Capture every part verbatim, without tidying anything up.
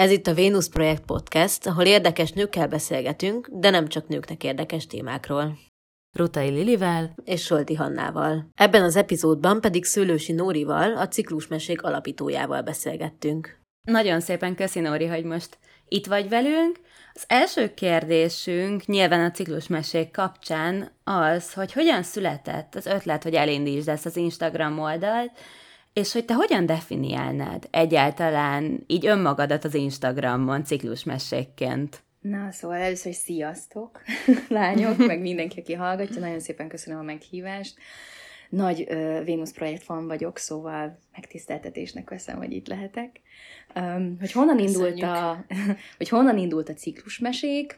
Ez itt a Vénusz Projekt Podcast, ahol érdekes nőkkel beszélgetünk, de nem csak nőknek érdekes témákról. Rutai Lilivel és Solti Hannával. Ebben az epizódban pedig Szőlősi Nórival, a Ciklusmesék alapítójával beszélgettünk. Nagyon szépen köszi, Nóri, hogy most itt vagy velünk. Az első kérdésünk nyilván a Ciklusmesék kapcsán az, hogy hogyan született az ötlet, hogy elindítsd ezt az Instagram oldalt, és hogy te hogyan definiálnád egyáltalán így önmagadat az Instagramon ciklusmesékként? Na, szóval először is sziasztok, lányok, meg mindenki, aki hallgatja. Nagyon szépen köszönöm a meghívást. Nagy uh, Vénusz Projekt fan vagyok, szóval megtiszteltetésnek veszem, hogy itt lehetek. Um, hogy, honnan indult a, hogy honnan indult a Ciklusmesék?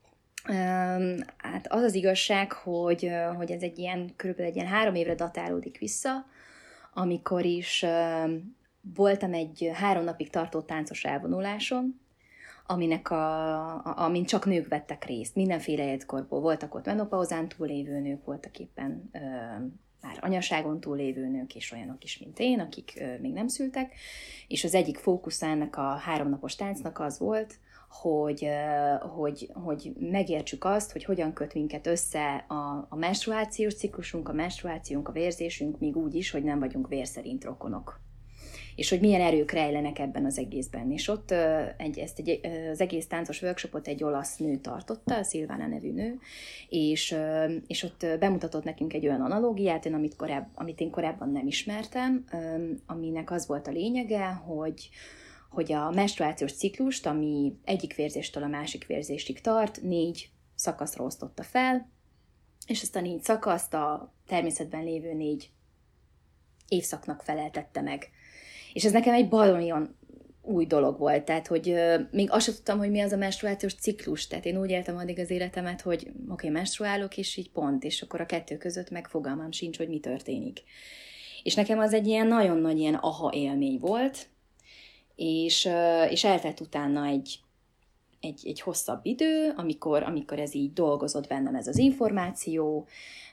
Um, hát az az igazság, hogy, uh, hogy ez egy ilyen, körülbelül egy ilyen három évre datálódik vissza, amikor is uh, voltam egy három napig tartó táncos elvonuláson, aminek a, a, amin csak nők vettek részt, mindenféle életkorból. Voltak ott menopauzán túlévő nők, voltak éppen uh, már anyaságon túlévő nők, és olyanok is, mint én, akik uh, még nem szültek, és az egyik fókusz ennek a háromnapos táncnak az volt, hogy, uh, hogy, hogy megértsük azt, hogy hogyan köt minket össze a, a menstruációs ciklusunk, a menstruációnk, a vérzésünk, még úgy is, hogy nem vagyunk vér szerint rokonok. És hogy milyen erők rejlenek ebben az egészben. És ott uh, egy, ezt egy, uh, az egész táncos workshopot egy olasz nő tartotta, a Silvana nevű nő, és, uh, és ott uh, bemutatott nekünk egy olyan analógiát, amit, korább, amit én korábban nem ismertem, um, aminek az volt a lényege, hogy hogy a menstruációs ciklust, ami egyik vérzéstől a másik vérzésig tart, négy szakaszra osztotta fel, és ezt a négy szakaszt a természetben lévő négy évszaknak feleltette meg. És ez nekem egy baromian új dolog volt, tehát hogy euh, még azt sem tudtam, hogy mi az a menstruációs ciklus, tehát én úgy éltem addig az életemet, hogy oké, okay, menstruálok, és így pont, és akkor a kettő között meg fogalmam sincs, hogy mi történik. És nekem az egy ilyen nagyon nagy ilyen aha élmény volt, és, és eltelt utána egy, egy, egy hosszabb idő, amikor, amikor ez így dolgozott bennem ez az információ,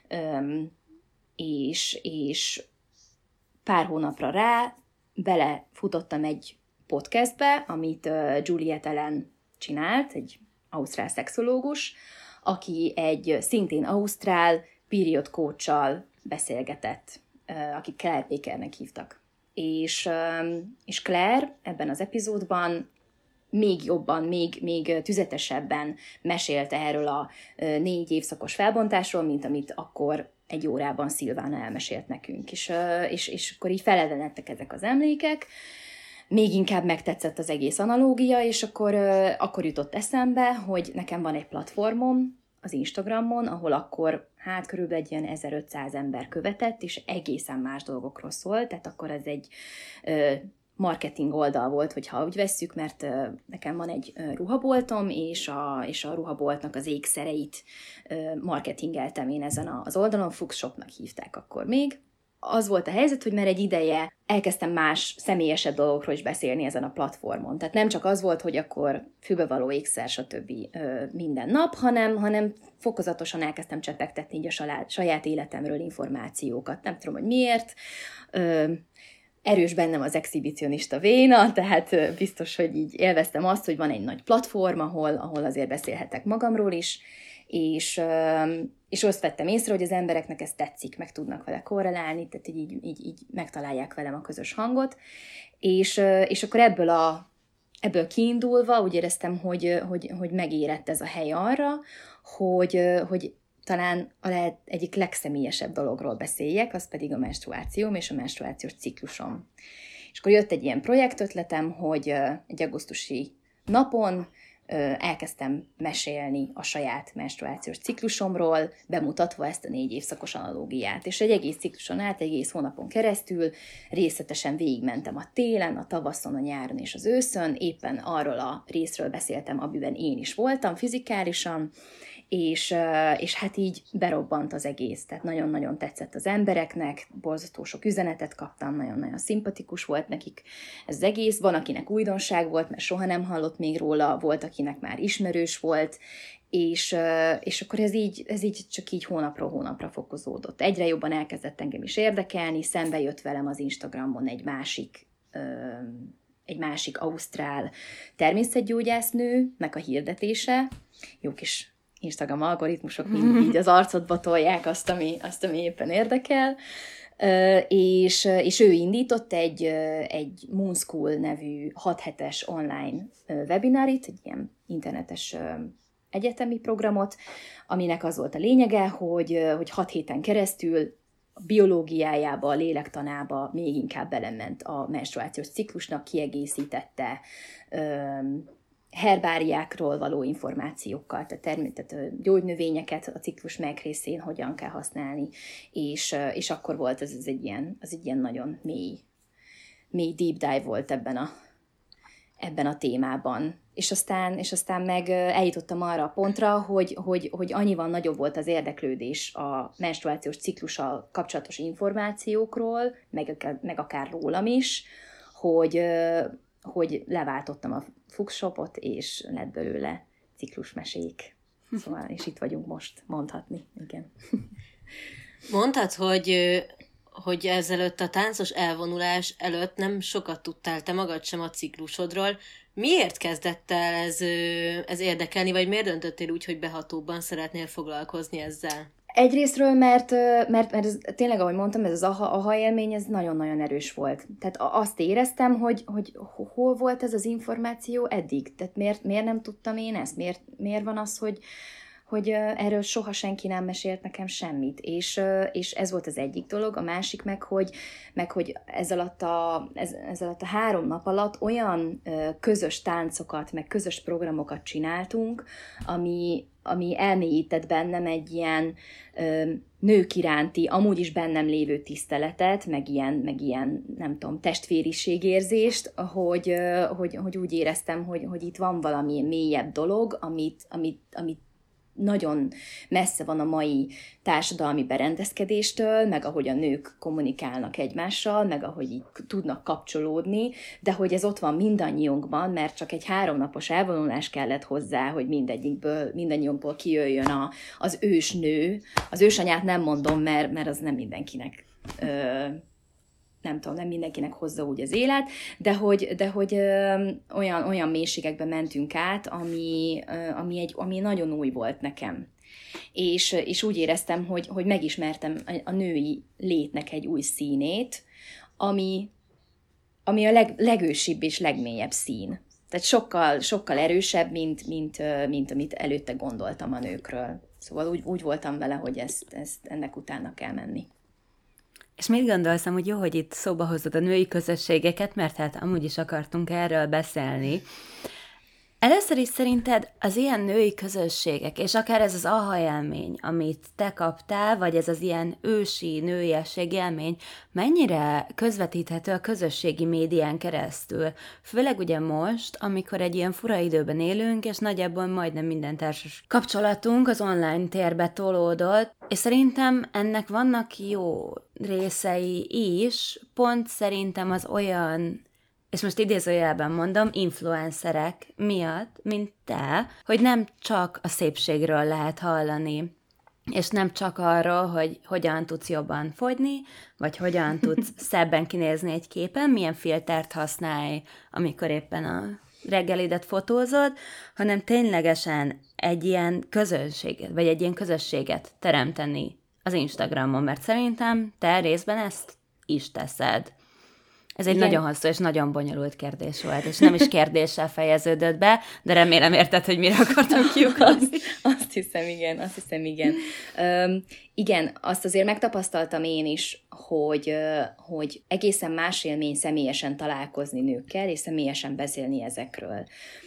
és, és pár hónapra rá belefutottam egy podcastbe, amit Juliet Ellen csinált, egy ausztrál szexológus, aki egy szintén ausztrál period coach-sal beszélgetett, akit Claire Bakernek hívtak. És, és Claire ebben az epizódban még jobban, még, még tüzetesebben mesélte erről a négy évszakos felbontásról, mint amit akkor egy órában Silvana elmesélt nekünk. És, és, és akkor így felelevenedtek ezek az emlékek, még inkább megtetszett az egész analógia, és akkor, akkor jutott eszembe, hogy nekem van egy platformom az Instagramon, ahol akkor hát körülbelül egy ilyen ezerötszáz ember követett, és egészen más dolgokról szólt, tehát akkor ez egy ö, marketing oldal volt, hogyha úgy vesszük, mert ö, nekem van egy ö, ruhaboltom, és a, és a ruhaboltnak az ékszereit ö, marketingeltem én ezen az oldalon, Fuchs Shopnak hívták akkor még. Az volt a helyzet, hogy már egy ideje elkezdtem más személyesebb dolgokról is beszélni ezen a platformon. Tehát nem csak az volt, hogy akkor fülbevaló ékszer, stb. Minden nap, hanem, hanem fokozatosan elkezdtem csepegtetni így a saját, saját életemről információkat. Nem tudom, hogy miért. Ö, erős bennem az exhibicionista véna, tehát biztos, hogy így élveztem azt, hogy van egy nagy platform, ahol, ahol azért beszélhetek magamról is, és, és azt vettem észre, hogy az embereknek ez tetszik, meg tudnak vele korrelálni, tehát így, így, így megtalálják velem a közös hangot, és, és akkor ebből, a, ebből kiindulva úgy éreztem, hogy, hogy, hogy megérett ez a hely arra, hogy, hogy talán a lehet egyik legszemélyesebb dologról beszéljek, az pedig a menstruációm és a menstruációs ciklusom. És akkor jött egy ilyen projektötletem, hogy egy augusztusi napon elkezdtem mesélni a saját menstruációs ciklusomról, bemutatva ezt a négy évszakos analógiát. És egy egész cikluson át, egy egész hónapon keresztül részletesen végigmentem a télen, a tavaszon, a nyáron és az őszön, éppen arról a részről beszéltem, amiben én is voltam fizikálisan, és, és hát így berobbant az egész, tehát nagyon-nagyon tetszett az embereknek, borzasztó sok üzenetet kaptam, nagyon-nagyon szimpatikus volt nekik ez az egész, van akinek újdonság volt, mert soha nem hallott még róla, volt akinek már ismerős volt, és, és akkor ez így, ez így csak így hónapról hónapra fokozódott. Egyre jobban elkezdett engem is érdekelni, szembe jött velem az Instagramon egy másik egy másik ausztrál természetgyógyásznőnek a hirdetése, jó kis Instagram algoritmusok mindig így az arcodba tolják azt, ami, azt, ami éppen érdekel, uh, és, és ő indított egy, egy Moon School nevű hat hetes online webinárit, egy ilyen internetes egyetemi programot, aminek az volt a lényege, hogy, hogy hat héten keresztül a biológiájába, a lélektanába még inkább belement a menstruációs ciklusnak, kiegészítette um, herbáriákról való információkkal, tehát, term- tehát gyógynövényeket a ciklus megrészén hogyan kell használni, és, és akkor volt ez, ez egy ilyen, az egy ilyen nagyon mély, mély deep dive volt ebben a, ebben a témában. És aztán, és aztán meg eljutottam arra a pontra, hogy, hogy, hogy annyival nagyobb volt az érdeklődés a menstruációs ciklussal kapcsolatos információkról, meg, meg akár rólam is, hogy, hogy leváltottam a Fuchs-shopot, és lett belőle ciklusmesék. Szóval, és itt vagyunk most, mondhatni. Igen. Mondtad, hogy, hogy ezelőtt a táncos elvonulás előtt nem sokat tudtál te magad sem a ciklusodról. Miért kezdett el ez, ez érdekelni, vagy miért döntöttél úgy, hogy behatóbban szeretnél foglalkozni ezzel? Egyrésztről, mert, mert, mert ez, tényleg, ahogy mondtam, ez az aha, aha élmény, ez nagyon-nagyon erős volt. Tehát azt éreztem, hogy, hogy hol volt ez az információ eddig. Tehát miért, miért nem tudtam én ezt? Miért, miért van az, hogy, hogy erről soha senki nem mesélt nekem semmit. És, és ez volt az egyik dolog. A másik meg, hogy, meg, hogy ez, alatt a, ez, ez alatt a három nap alatt olyan közös táncokat, meg közös programokat csináltunk, ami, ami elmélyített bennem egy ilyen ö, nők iránti, amúgy is bennem lévő tiszteletet, meg ilyen, meg ilyen nem tudom, testvériségérzést, hogy, ö, hogy, hogy úgy éreztem, hogy, hogy itt van valami mélyebb dolog, amit, amit, amit nagyon messze van a mai társadalmi berendezkedéstől, meg ahogy a nők kommunikálnak egymással, meg ahogy így tudnak kapcsolódni, de hogy ez ott van mindannyiunkban, mert csak egy háromnapos elvonulás kellett hozzá, hogy mindegyikből, mindannyiunkból kijöjjön a, az ősnő. Az ősanyát nem mondom, mert, mert az nem mindenkinek... Ö, nem tudom, nem mindenkinek hozza úgy az élet, de hogy, de hogy ö, olyan, olyan mélységekbe mentünk át, ami, ö, ami, egy, ami nagyon új volt nekem. És, és úgy éreztem, hogy, hogy megismertem a, a női létnek egy új színét, ami, ami a leg, legősibb és legmélyebb szín. Tehát sokkal, sokkal erősebb, mint, mint, mint amit előtte gondoltam a nőkről. Szóval úgy, úgy voltam vele, hogy ezt, ezt ennek utána kell menni. És mit gondolsz, hogy jó, hogy itt szóba hozod a női közösségeket, mert hát amúgy is akartunk erről beszélni. Először is szerinted az ilyen női közösségek, és akár ez az aha élmény, amit te kaptál, vagy ez az ilyen ősi nőiesség élmény, mennyire közvetíthető a közösségi médián keresztül? Főleg ugye most, amikor egy ilyen fura időben élünk, és nagyjából majdnem minden társas kapcsolatunk az online térbe tolódott, és szerintem ennek vannak jó részei is, pont szerintem az olyan, és most idézőjelben mondom, influencerek miatt, mint te, hogy nem csak a szépségről lehet hallani, és nem csak arról, hogy hogyan tudsz jobban fogyni, vagy hogyan tudsz szebben kinézni egy képen, milyen filtert használj, amikor éppen a reggelidet fotózod, hanem ténylegesen egy ilyen közönséget, vagy egy ilyen közösséget teremteni az Instagramon, mert szerintem te részben ezt is teszed. Ez egy igen. Nagyon hosszú és nagyon bonyolult kérdés volt, és nem is kérdéssel fejeződött be, de remélem érted, hogy mire akartam kiukadni. Azt, azt hiszem, igen, azt hiszem, igen. Um, igen, azt azért megtapasztaltam én is, hogy, uh, hogy egészen más élmény személyesen találkozni nőkkel, és személyesen beszélni ezekről.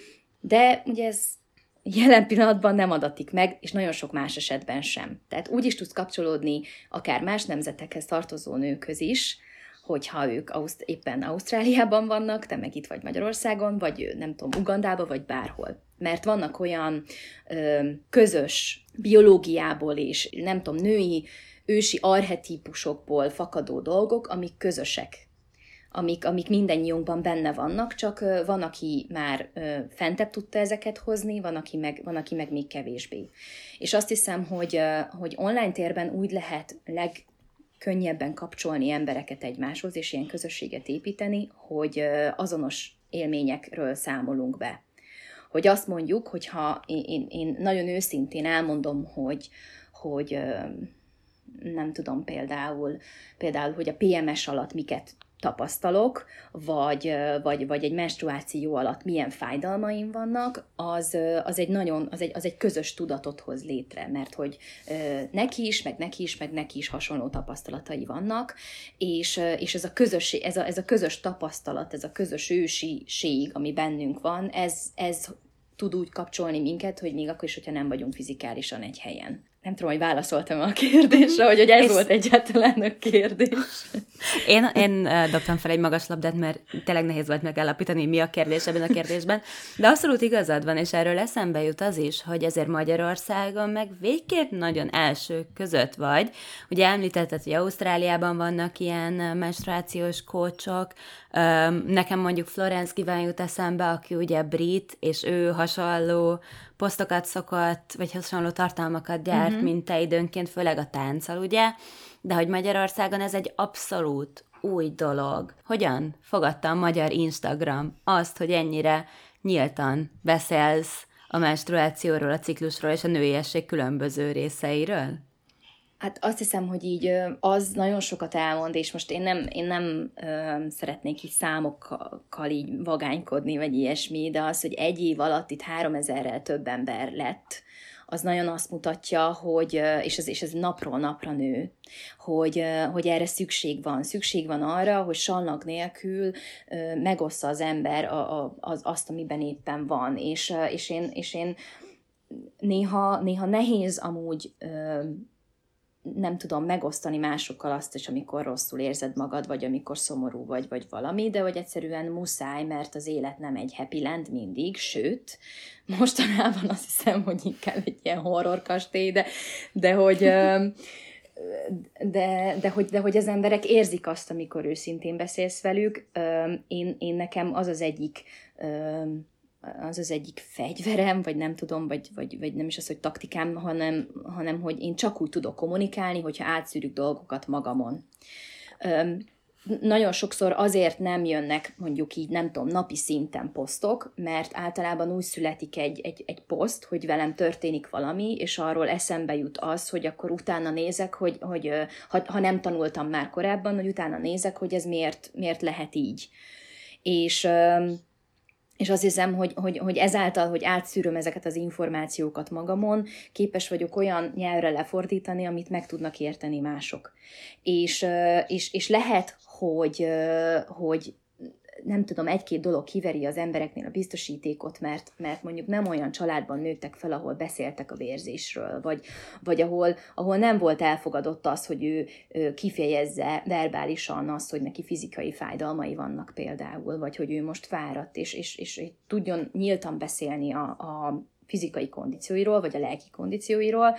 De ugye ez jelen pillanatban nem adatik meg, és nagyon sok más esetben sem. Tehát úgy is tudsz kapcsolódni akár más nemzetekhez tartozó nőkhöz is, hogyha ők Auszt- éppen Ausztráliában vannak, te meg itt vagy Magyarországon, vagy nem tudom, Ugandában, vagy bárhol. Mert vannak olyan ö, közös biológiából és nem tudom, női, ősi archetípusokból fakadó dolgok, amik közösek. Amik, amik mindennyiunkban benne vannak, csak ö, van, aki már ö, fentebb tudta ezeket hozni, van, aki meg, van, aki meg még kevésbé. És azt hiszem, hogy, ö, hogy online térben úgy lehet leg könnyebben kapcsolni embereket egymáshoz, és ilyen közösséget építeni, hogy azonos élményekről számolunk be. Hogy azt mondjuk, hogyha én, én, én nagyon őszintén elmondom, hogy, hogy nem tudom például, például, hogy a pé em es alatt miket tapasztalok, vagy, vagy, vagy egy menstruáció alatt milyen fájdalmaim vannak, az, az, egy nagyon, az, egy, az egy közös tudatot hoz létre, mert hogy neki is, meg neki is, meg neki is hasonló tapasztalatai vannak, és, és ez, a közösség, ez, a, ez a közös tapasztalat, ez a közös ősiség, ami bennünk van, ez, ez tud úgy kapcsolni minket, hogy még akkor is, hogyha nem vagyunk fizikálisan egy helyen. Nem tudom, hogy válaszoltam a kérdésre, hogy, hogy ez és... volt egyáltalán a kérdés. Én, én dobtam fel egy magas labdát, mert tényleg nehéz volt megállapítani, mi a kérdés ebben a kérdésben, de abszolút igazad van, és erről eszembe jut az is, hogy ezért Magyarországon meg végképp nagyon elsők között vagy. Ugye említetted, hogy Ausztráliában vannak ilyen menstruációs kócsok, nekem mondjuk Florence Given jut eszembe, aki ugye brit, és ő hasonló posztokat szokott, vagy hasonló tartalmakat gyárt, uh-huh. mint te időnként, főleg a tánccal, ugye? De hogy Magyarországon ez egy abszolút új dolog. Hogyan fogadta a magyar Instagram azt, hogy ennyire nyíltan beszélsz a menstruációról, a ciklusról és a nőiesség különböző részeiről? Hát azt hiszem, hogy így az nagyon sokat elmond, és most én nem, én nem ö, szeretnék így számokkal így vagánykodni, vagy ilyesmi, de az, hogy egy év alatt itt háromezerrel több ember lett, az nagyon azt mutatja, hogy, és ez, és ez napról napra nő, hogy, hogy erre szükség van. Szükség van arra, hogy sallag nélkül megossza az ember a, a, az, azt, amiben éppen van. És, és, én, és én néha, néha nehéz amúgy nem tudom megosztani másokkal azt is, amikor rosszul érzed magad, vagy amikor szomorú vagy, vagy valami, de hogy egyszerűen muszáj, mert az élet nem egy happy land mindig, sőt, mostanában azt hiszem, hogy inkább egy ilyen horror kastély, de, de hogy... De, de, hogy, de hogy az emberek érzik azt, amikor őszintén beszélsz velük. Én, én nekem az az egyik az az egyik fegyverem, vagy nem tudom, vagy, vagy, vagy nem is az, hogy taktikám, hanem, hanem hogy én csak úgy tudok kommunikálni, hogyha átszűrük dolgokat magamon. Öm, nagyon sokszor azért nem jönnek mondjuk így, nem tudom, napi szinten posztok, mert általában úgy születik egy, egy, egy poszt, hogy velem történik valami, és arról eszembe jut az, hogy akkor utána nézek, hogy, hogy ha, ha nem tanultam már korábban, hogy utána nézek, hogy ez miért, miért lehet így. És... És azt hiszem, hogy, hogy, hogy ezáltal, hogy átszűröm ezeket az információkat magamon, képes vagyok olyan nyelvre lefordítani, amit meg tudnak érteni mások. És, és, és lehet, hogy, hogy nem tudom, egy-két dolog kiveri az embereknél a biztosítékot, mert, mert mondjuk nem olyan családban nőttek fel, ahol beszéltek a vérzésről, vagy, vagy ahol, ahol nem volt elfogadott az, hogy ő, ő kifejezze verbálisan azt, hogy neki fizikai fájdalmai vannak például, vagy hogy ő most fáradt, és, és, és tudjon nyíltan beszélni a, a fizikai kondícióiról, vagy a lelki kondícióiról,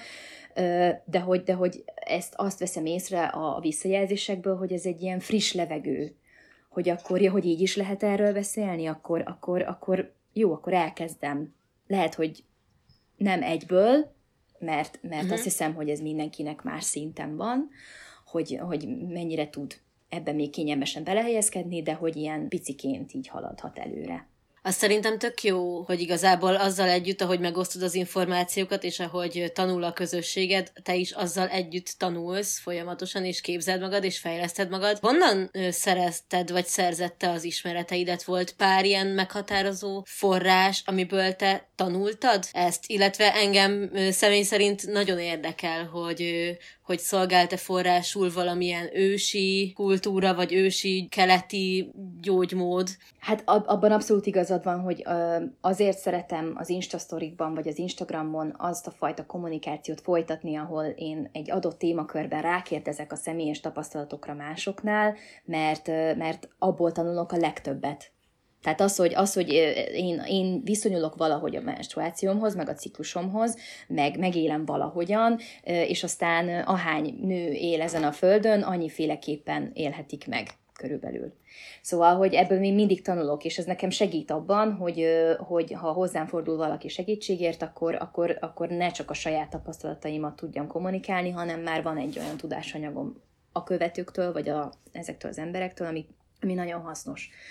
de hogy, de hogy ezt azt veszem észre a visszajelzésekből, hogy ez egy ilyen friss levegő, hogy akkor, ja, hogy így is lehet erről beszélni, akkor, akkor, akkor jó, akkor elkezdem. Lehet, hogy nem egyből, mert, mert uh-huh. azt hiszem, hogy ez mindenkinek más szinten van, hogy, hogy mennyire tud ebben még kényelmesen belehelyezkedni, de hogy ilyen piciként így haladhat előre. Azt szerintem tök jó, hogy igazából azzal együtt, ahogy megosztod az információkat, és ahogy tanul a közösséged, te is azzal együtt tanulsz folyamatosan, és képzeld magad, és fejleszted magad. Honnan szerezted, vagy szerzette az ismereteidet? Volt pár ilyen meghatározó forrás, amiből te tanultad ezt? Illetve engem személy szerint nagyon érdekel, hogy, hogy szolgál-e forrásul valamilyen ősi kultúra, vagy ősi keleti gyógymód? Hát abban abszolút igazad van, hogy azért szeretem az Instasztorikban, vagy az Instagramon azt a fajta kommunikációt folytatni, ahol én egy adott témakörben rákérdezek a személyes tapasztalatokra másoknál, mert, mert abból tanulok a legtöbbet. Tehát az, hogy, az, hogy én, én viszonyulok valahogy a menstruációmhoz, meg a ciklusomhoz, meg megélem valahogyan, és aztán ahány nő él ezen a földön, annyiféleképpen élhetik meg körülbelül. Szóval, hogy ebből még mindig tanulok, és ez nekem segít abban, hogy, hogy ha hozzám fordul valaki segítségért, akkor, akkor, akkor ne csak a saját tapasztalataimat tudjam kommunikálni, hanem már van egy olyan tudásanyagom a követőktől, vagy a, ezektől az emberektől, ami, ami nagyon hasznos.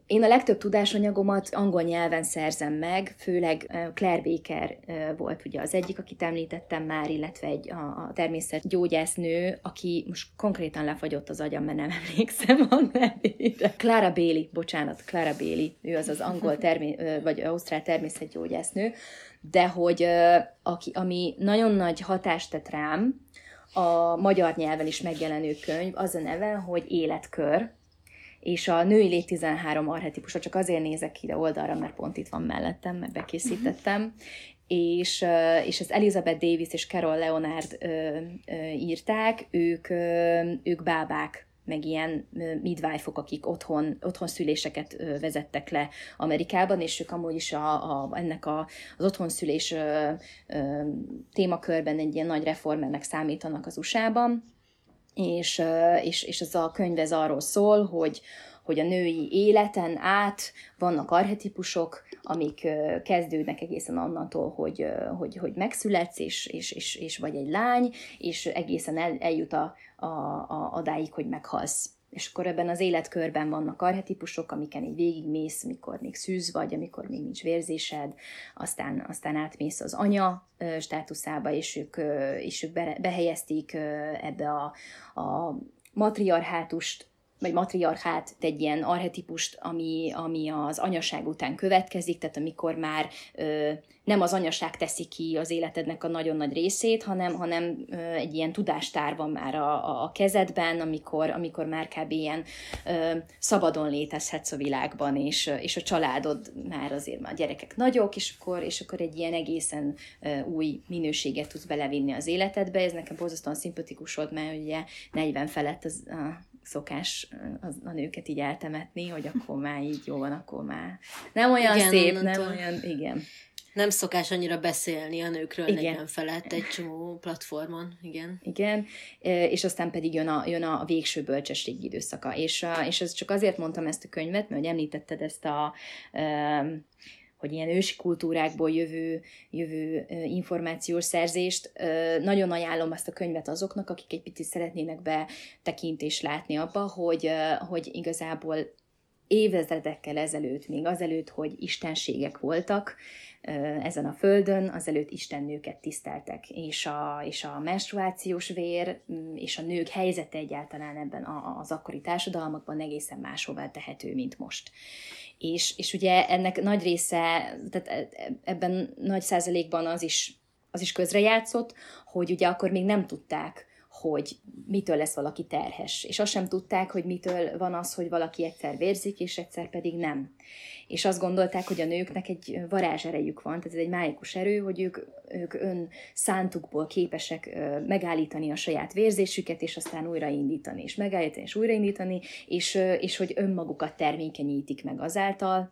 Én a legtöbb tudásanyagomat angol nyelven szerzem meg, főleg Claire Baker volt ugye az egyik, akit említettem már, illetve egy a, a természetgyógyásznő, aki most konkrétan lefagyott az agyam, mert nem emlékszem a nevére. Clara Bailey, bocsánat, Clara Bailey, ő az az angol termé- vagy ausztrál természetgyógyásznő, de hogy aki, ami nagyon nagy hatást tett rám, a magyar nyelven is megjelenő könyv, az a neve, hogy Életkör, és a női lét tizenhárom archetipusa, csak azért nézek ide oldalra, mert pont itt van mellettem, mert bekészítettem, uh-huh. és, és ezt Elizabeth Davis és Carol Leonard ö, ö, írták, ők, ö, ők bábák, meg ilyen midwife-ok, akik otthon, otthon szüléseket ö, vezettek le Amerikában, és ők amúgy is a, a, ennek a, az otthonszülés ö, ö, témakörben egy ilyen nagy reformernek számítanak az u es á-ban, és, és, és ez a könyv ez arról szól, hogy, hogy a női életen át vannak archetipusok, amik kezdődnek egészen onnantól, hogy, hogy, hogy megszületsz, és, és, és, és vagy egy lány, és egészen el, eljut a, a, a, adáig, hogy meghalsz. És akkor ebben az életkörben vannak archetipusok, amiken így végigmész, mikor még szűz vagy, amikor még nincs vérzésed, aztán, aztán átmész az anya státuszába, és ők, és ők behelyezték ebbe a, a matriarchátust, vagy matriarchát, egy ilyen archetipust, ami, ami az anyaság után következik, tehát amikor már ö, nem az anyaság teszi ki az életednek a nagyon nagy részét, hanem, hanem ö, egy ilyen tudástár van már a, a, a kezedben, amikor, amikor már kb. Ilyen ö, szabadon létezhetsz a világban, és, és a családod már azért már a gyerekek nagyok, és akkor, és akkor egy ilyen egészen ö, új minőséget tudsz belevinni az életedbe. Ez nekem borzasztóan szimpatikus volt, mert ugye negyven felett az a szokás a nőket így eltemetni, hogy akkor már így jó van, akkor már nem olyan igen, szép, onnantól. nem olyan, igen. Nem szokás annyira beszélni a nőkről igen. negyven felett egy csomó platformon, igen. Igen, és aztán pedig jön a, jön a végső bölcsességi időszaka. És, a, és ez csak azért mondtam ezt a könyvet, mert hogy említetted ezt a... Um, hogy ilyen ősi kultúrákból jövő, jövő információs szerzést. Nagyon ajánlom azt a könyvet azoknak, akik egy picit szeretnének betekintést látni abba, hogy, hogy igazából évezredekkel ezelőtt, még azelőtt, hogy istenségek voltak ezen a földön, azelőtt istennőket tiszteltek, és a, és a menstruációs vér, és a nők helyzete egyáltalán ebben az akkori társadalmakban egészen máshová tehető, mint most. És, és ugye ennek nagy része, tehát ebben nagy százalékban az is, az is közrejátszott, hogy ugye akkor még nem tudták, hogy mitől lesz valaki terhes. És azt sem tudták, hogy mitől van az, hogy valaki egyszer vérzik, és egyszer pedig nem. És azt gondolták, hogy a nőknek egy varázserejük van, tehát ez egy mágikus erő, hogy ők, ők ön szántukból képesek megállítani a saját vérzésüket, és aztán újraindítani, és megállítani, és újraindítani, és, és hogy önmagukat termékenyítik meg azáltal,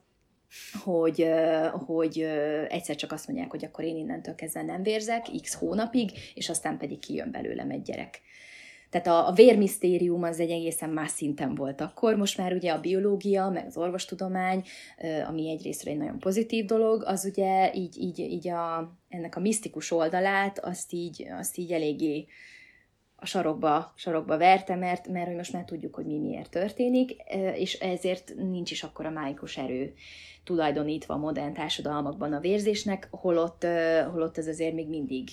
hogy, hogy egyszer csak azt mondják, hogy akkor én innentől kezdve nem vérzek x hónapig, és aztán pedig kijön belőlem egy gyerek. Tehát a, a vérmisztérium az egy egészen más szinten volt akkor, most már ugye a biológia, meg az orvostudomány, ami egyrésztről egy nagyon pozitív dolog, az ugye így, így, így a, ennek a misztikus oldalát, azt így, azt így eléggé a sarokba, sarokba verte, mert, mert hogy most már tudjuk, hogy mi miért történik, és ezért nincs is akkora mágikus erő tulajdonítva a modern társadalmakban a vérzésnek, holott, holott ez azért még mindig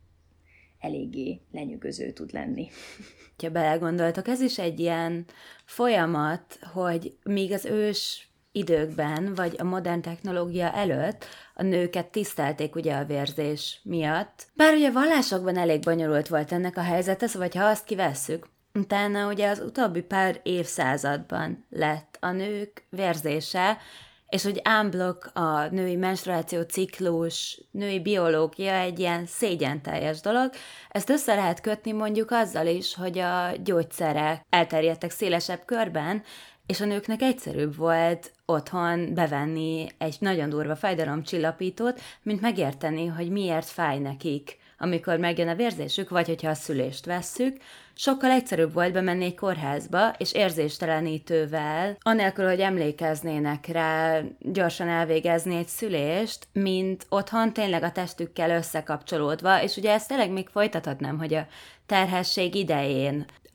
eléggé lenyűgöző tud lenni. Ha belegondoltok, ez is egy ilyen folyamat, hogy míg az ős időkben, vagy a modern technológia előtt a nőket tisztelték ugye a vérzés miatt. Bár ugye vallásokban elég bonyolult volt ennek a helyzet, vagy ha azt kivesszük, utána ugye az utóbbi pár évszázadban lett a nők vérzése, és hogy unblock a női menstruáció ciklus, női biológia egy ilyen szégyenteljes dolog. Ezt össze lehet kötni mondjuk azzal is, hogy a gyógyszerek elterjedtek szélesebb körben, és a nőknek egyszerűbb volt otthon bevenni egy nagyon durva fájdalomcsillapítót, mint megérteni, hogy miért fáj nekik, amikor megjön a vérzésük, vagy hogyha a szülést vesszük. Sokkal egyszerűbb volt bemenni egy kórházba, és érzéstelenítővel, anélkül, hogy emlékeznének rá, gyorsan elvégezni egy szülést, mint otthon tényleg a testükkel összekapcsolódva, és ugye ezt tényleg még folytathatnám, hogy a terhesség idején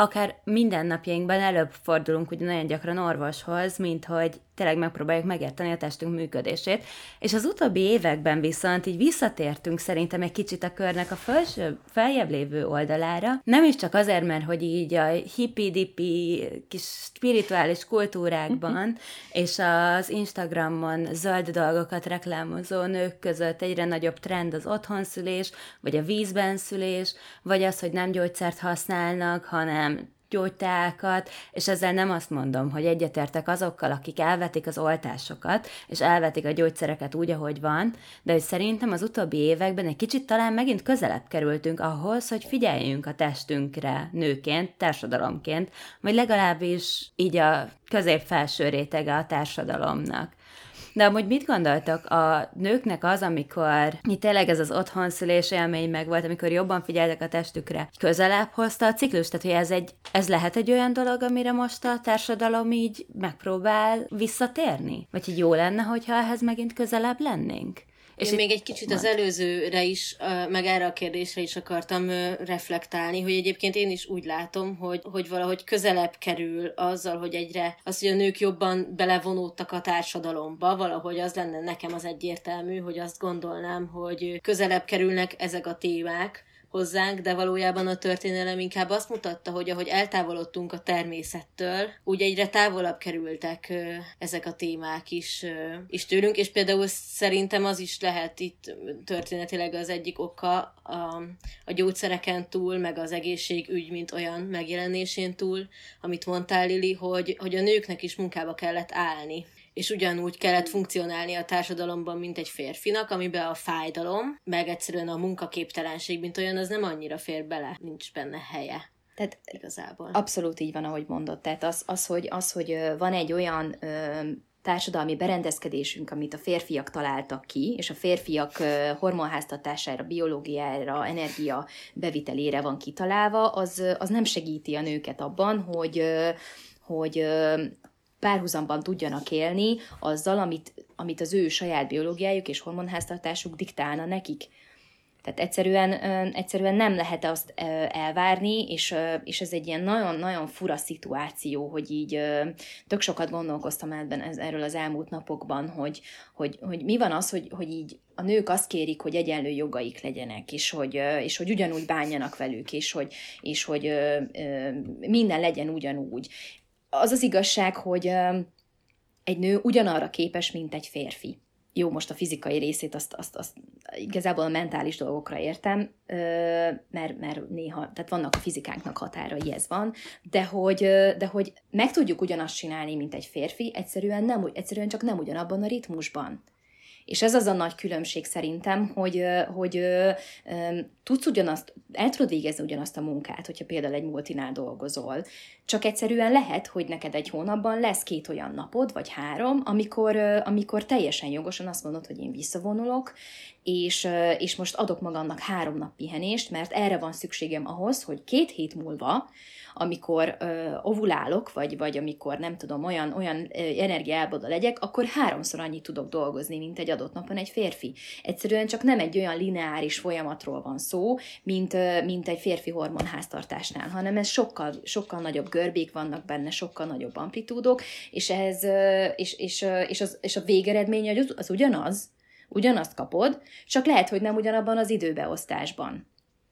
akár mindennapjainkban előbb fordulunk ugye nagyon gyakran orvoshoz, mint hogy tényleg megpróbáljuk megérteni a testünk működését. És az utóbbi években viszont így visszatértünk szerintem egy kicsit a körnek a felső, feljebb lévő oldalára. Nem is csak azért, mert hogy így a hippi-dipi kis spirituális kultúrákban és az Instagramon zöld dolgokat reklámozó nők között egyre nagyobb trend az otthonszülés, vagy a vízben szülés, vagy az, hogy nem gyógyszert használnak, hanem gyógyteákat, és ezzel nem azt mondom, hogy egyetértek azokkal, akik elvetik az oltásokat, és elvetik a gyógyszereket úgy, ahogy van, de hogy szerintem az utóbbi években egy kicsit talán megint közelebb kerültünk ahhoz, hogy figyeljünk a testünkre nőként, társadalomként, vagy legalábbis így a közép-felső rétege a társadalomnak. De amúgy mit gondoltok, a nőknek az, amikor itt tényleg ez az otthonszülés élmény meg volt, amikor jobban figyeltek a testükre, közelebb hozta a ciklus? Tehát, hogy ez, egy, ez lehet egy olyan dolog, amire most a társadalom így megpróbál visszatérni? Vagy így jó lenne, hogyha ehhez megint közelebb lennénk? És én még egy kicsit az előzőre is, meg erre a kérdésre is akartam reflektálni, hogy egyébként én is úgy látom, hogy, hogy valahogy közelebb kerül azzal, hogy egyre az, hogy a nők jobban belevonódtak a társadalomba, valahogy az lenne nekem az egyértelmű, hogy azt gondolnám, hogy közelebb kerülnek ezek a témák hozzánk, de valójában a történelem inkább azt mutatta, hogy ahogy eltávolodtunk a természettől, úgy egyre távolabb kerültek ö, ezek a témák is, ö, is tőlünk, és például szerintem az is lehet itt történetileg az egyik oka a, a gyógyszereken túl, meg az egészségügy, mint olyan megjelenésén túl, amit mondtál, Lili, hogy, hogy a nőknek is munkába kellett állni. És ugyanúgy kellett funkcionálni a társadalomban, mint egy férfinak, amiben a fájdalom, meg egyszerűen a munkaképtelenség, mint olyan, az nem annyira fér bele, nincs benne helye. Tehát igazából. Abszolút így van, ahogy mondod. Tehát az, az, hogy, az hogy van egy olyan ö, társadalmi berendezkedésünk, amit a férfiak találtak ki, és a férfiak ö, hormonháztartására, biológiára, energia bevitelére van kitalálva, az, az nem segíti a nőket abban, hogy, ö, hogy ö, párhuzamban tudjanak élni azzal, amit, amit az ő saját biológiájuk és hormonháztartásuk diktálna nekik. Tehát egyszerűen, egyszerűen nem lehet azt elvárni, és, és ez egy ilyen nagyon-nagyon fura szituáció, hogy így tök sokat gondolkoztam ebben erről az elmúlt napokban, hogy, hogy, hogy mi van az, hogy, hogy így a nők azt kérik, hogy egyenlő jogaik legyenek, és hogy, és hogy ugyanúgy bánjanak velük, és hogy, és hogy minden legyen ugyanúgy. Az az igazság, hogy egy nő ugyanarra képes, mint egy férfi. Jó, most a fizikai részét, azt, azt, azt igazából a mentális dolgokra értem, mert, mert néha, tehát vannak a fizikánknak határai, ez van, de hogy, de hogy meg tudjuk ugyanazt csinálni, mint egy férfi, egyszerűen, nem, egyszerűen csak nem ugyanabban a ritmusban. És ez az a nagy különbség szerintem, hogy, hogy ö, ö, tudsz ugyanazt, el tudod végezni ugyanazt a munkát, hogyha például egy multinál dolgozol. Csak egyszerűen lehet, hogy neked egy hónapban lesz két olyan napod, vagy három, amikor, ö, amikor teljesen jogosan azt mondod, hogy én visszavonulok, és, ö, és most adok magamnak három nap pihenést, mert erre van szükségem ahhoz, hogy két hét múlva, amikor ö, ovulálok, vagy, vagy amikor nem tudom, olyan, olyan energiáboda legyek, akkor háromszor annyit tudok dolgozni, mint egy adott napon egy férfi. Egyszerűen csak nem egy olyan lineáris folyamatról van szó, mint, ö, mint egy férfi hormonháztartásnál, hanem ez sokkal, sokkal nagyobb görbék vannak benne, sokkal nagyobb amplitúdok, és, ez, ö, és, és, ö, és, az, és a végeredmény az, az ugyanaz, ugyanazt kapod, csak lehet, hogy nem ugyanabban az időbeosztásban.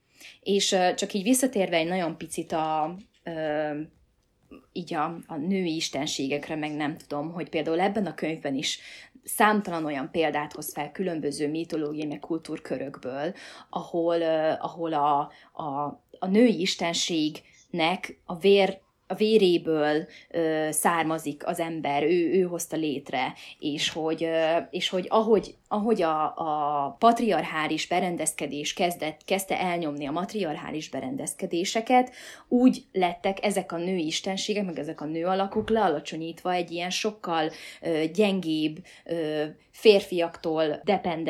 És ö, csak így visszatérve egy nagyon picit a Ö, így a, a női istenségekre, meg nem tudom, hogy például ebben a könyvben is számtalan olyan példát hoz fel különböző mitológiai meg kultúrkörökből, ahol, uh, ahol a, a, a női istenségnek a vér a véréből ö, származik az ember, ő, ő hozta létre, és hogy, ö, és hogy ahogy, ahogy a, a patriarchális berendezkedés kezdett, kezdte elnyomni a matriarchális berendezkedéseket, úgy lettek ezek a női istenségek, meg ezek a nő alakok lealacsonyítva egy ilyen sokkal ö, gyengébb, ö, férfiaktól dependens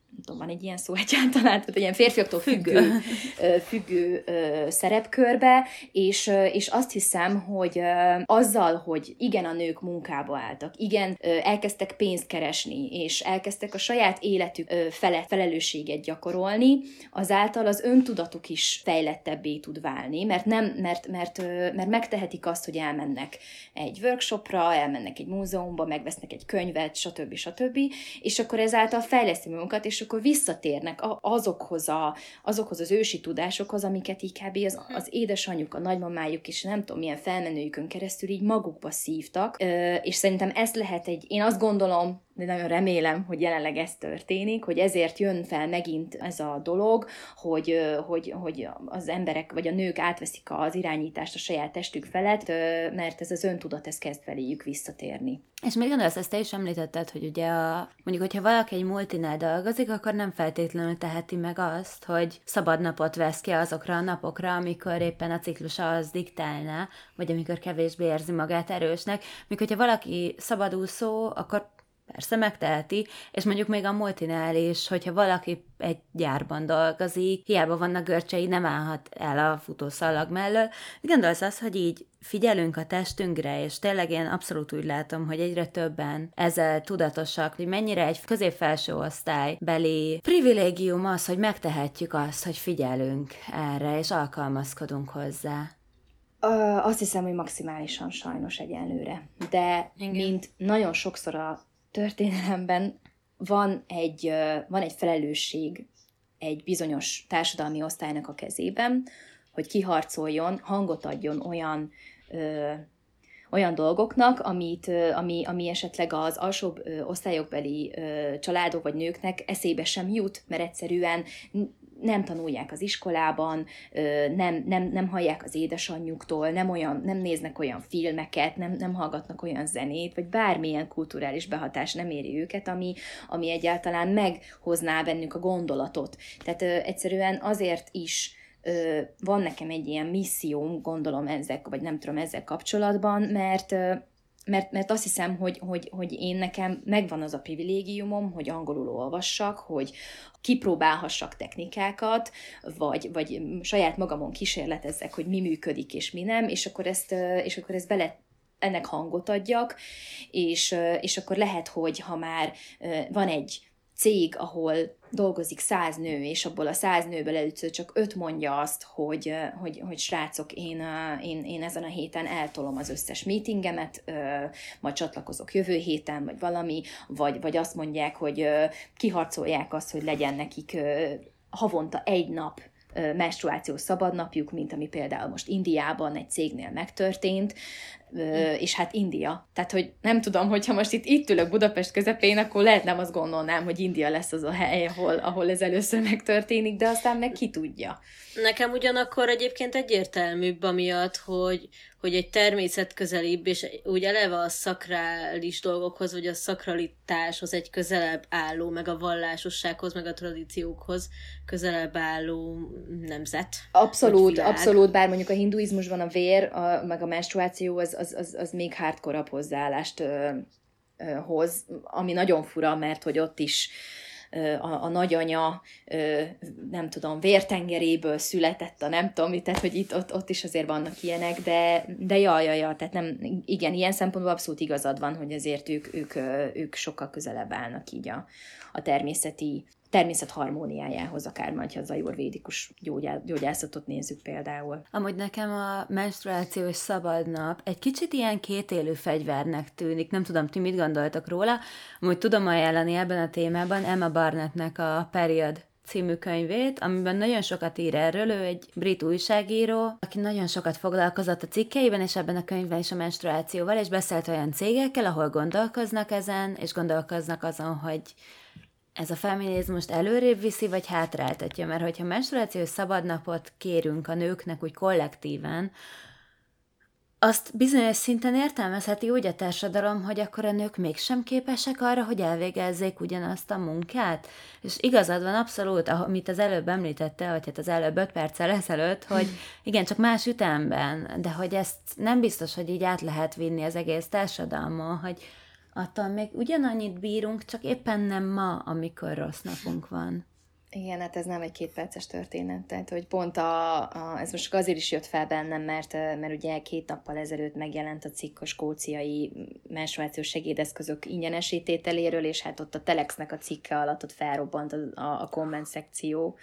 nem tudom, van egy ilyen szó egyáltalán, tehát ilyen férfiaktól függő, függő, függő szerepkörbe, és, és azt hiszem, hogy azzal, hogy igen, a nők munkába álltak, igen, elkezdtek pénzt keresni, és elkezdtek a saját életük felett felelősséget gyakorolni, azáltal az öntudatuk is fejlettebbé tud válni, mert, nem, mert, mert, mert megtehetik azt, hogy elmennek egy workshopra, elmennek egy múzeumba, megvesznek egy könyvet, stb. stb. És akkor ezáltal fejleszti magunkat, és akkor visszatérnek azokhoz, a, azokhoz az ősi tudásokhoz, amiket így kb. Az, az édesanyjuk, a nagymamájuk és nem tudom milyen felmenőjükön keresztül így magukba szívtak, és szerintem ezt lehet egy, én azt gondolom, de nagyon remélem, hogy jelenleg ez történik, hogy ezért jön fel megint ez a dolog, hogy, hogy, hogy az emberek vagy a nők átveszik az irányítást a saját testük felett, mert ez az öntudat, ez kezd feléjük visszatérni. És még gondolsz, ezt te is említetted, hogy ugye a, mondjuk, hogyha valaki egy multinál dolgozik, akkor nem feltétlenül teheti meg azt, hogy szabad napot vesz ki azokra a napokra, amikor éppen a ciklusa az diktálná, vagy amikor kevésbé érzi magát erősnek. Míg hogyha valaki szabadúszó, akkor persze megteheti, és mondjuk még a multinál is, hogyha valaki egy gyárban dolgozik, hiába vannak görcsei, nem állhat el a futószalag mellől. Gondolsz azt, hogy így figyelünk a testünkre, és tényleg én abszolút úgy látom, hogy egyre többen ezzel tudatosak, hogy mennyire egy közép-felső osztálybeli privilégium az, hogy megtehetjük azt, hogy figyelünk erre, és alkalmazkodunk hozzá. Ö, azt hiszem, hogy maximálisan sajnos egyenlőre. De igen, mint nagyon sokszor a történelemben van egy, van egy felelősség egy bizonyos társadalmi osztálynak a kezében, hogy kiharcoljon, hangot adjon olyan, ö, olyan dolgoknak, amit, ö, ami, ami esetleg az alsóbb ö, osztályokbeli ö, családok vagy nőknek eszébe sem jut, mert egyszerűen nem tanulják az iskolában, nem, nem, nem hallják az édesanyjuktól, nem, olyan, nem néznek olyan filmeket, nem, nem hallgatnak olyan zenét, vagy bármilyen kulturális behatás nem éri őket, ami, ami egyáltalán meghozná bennük a gondolatot. Tehát ö, egyszerűen azért is ö, van nekem egy ilyen misszióm, gondolom ezzel, vagy nem tudom ezzel kapcsolatban, mert ö, Mert, mert azt hiszem, hogy, hogy, hogy én nekem megvan az a privilégiumom, hogy angolul olvassak, hogy kipróbálhassak technikákat, vagy, vagy saját magamon kísérletezzek, hogy mi működik és mi nem, és akkor ezt, és akkor ezt bele ennek hangot adjak, és, és akkor lehet, hogy ha már van egy cég, ahol dolgozik száz nő, és abból a száz nőből először csak öt mondja azt, hogy, hogy, hogy srácok, én, én, én ezen a héten eltolom az összes meetingemet, majd csatlakozok jövő héten, vagy valami, vagy, vagy azt mondják, hogy kiharcolják azt, hogy legyen nekik havonta egy nap menstruációs szabadnapjuk, mint ami például most Indiában egy cégnél megtörtént, és hát India. Tehát, hogy nem tudom, hogyha most itt, itt ülök Budapest közepén, akkor lehet nem azt gondolnám, hogy India lesz az a hely, ahol, ahol ez először megtörténik, de aztán meg ki tudja. Nekem ugyanakkor egyébként egyértelműbb amiatt, hogy, hogy egy természetközelibb, és úgy eleve a szakrális dolgokhoz, vagy a szakralitáshoz egy közelebb álló, meg a vallásossághoz, meg a tradíciókhoz közelebb álló nemzet. Abszolút, abszolút, bár mondjuk a hinduizmusban a vér, a, meg a menstruáció az, az, az, az még hardcore-abb hozzáállást ö, ö, hoz, ami nagyon fura, mert hogy ott is A, a nagyanya, nem tudom, vértengeréből született a nem tudom, tehát hogy itt ott, ott is azért vannak ilyenek, de, de jaj, jaj, jaj, tehát nem, igen, ilyen szempontból abszolút igazad van, hogy azért ők, ők, ők sokkal közelebb állnak így a, a természeti, természet harmóniájához, akár majd, ha az ajurvédikus gyógyá, gyógyászatot nézzük például. Amúgy nekem a menstruációs szabadnap egy kicsit ilyen kétélű fegyvernek tűnik, nem tudom, ti mit gondoltak róla, amúgy tudom ajánlani ebben a témában Emma Barnettnek a Period című könyvét, amiben nagyon sokat ír erről, ő egy brit újságíró, aki nagyon sokat foglalkozott a cikkeiben, és ebben a könyvben is a menstruációval, és beszélt olyan cégekkel, ahol gondolkoznak ezen, és gondolkoznak azon, hogy ez a feminizmust előrébb viszi, vagy hátráltatja, mert hogyha menstruációs szabadnapot kérünk a nőknek úgy kollektíven, azt bizonyos szinten értelmezheti úgy a társadalom, hogy akkor a nők mégsem képesek arra, hogy elvégezzék ugyanazt a munkát. És igazad van abszolút, amit az előbb említette, vagy hát az előbb öt perccel ezelőtt, hogy igen, csak más ütemben, de hogy ezt nem biztos, hogy így át lehet vinni az egész társadalma, hogy attól még ugyanannyit bírunk, csak éppen nem ma, amikor rossz napunk van. Igen, hát ez nem egy kétperces történet, tehát hogy pont a, a, ez most azért is jött fel bennem, mert, mert ugye két nappal ezelőtt megjelent a cikk a skóciai menstruációs segédeszközök ingyenesítételéről, és hát ott a Telexnek a cikke alatt ott felrobbant a, a, a komment szekció.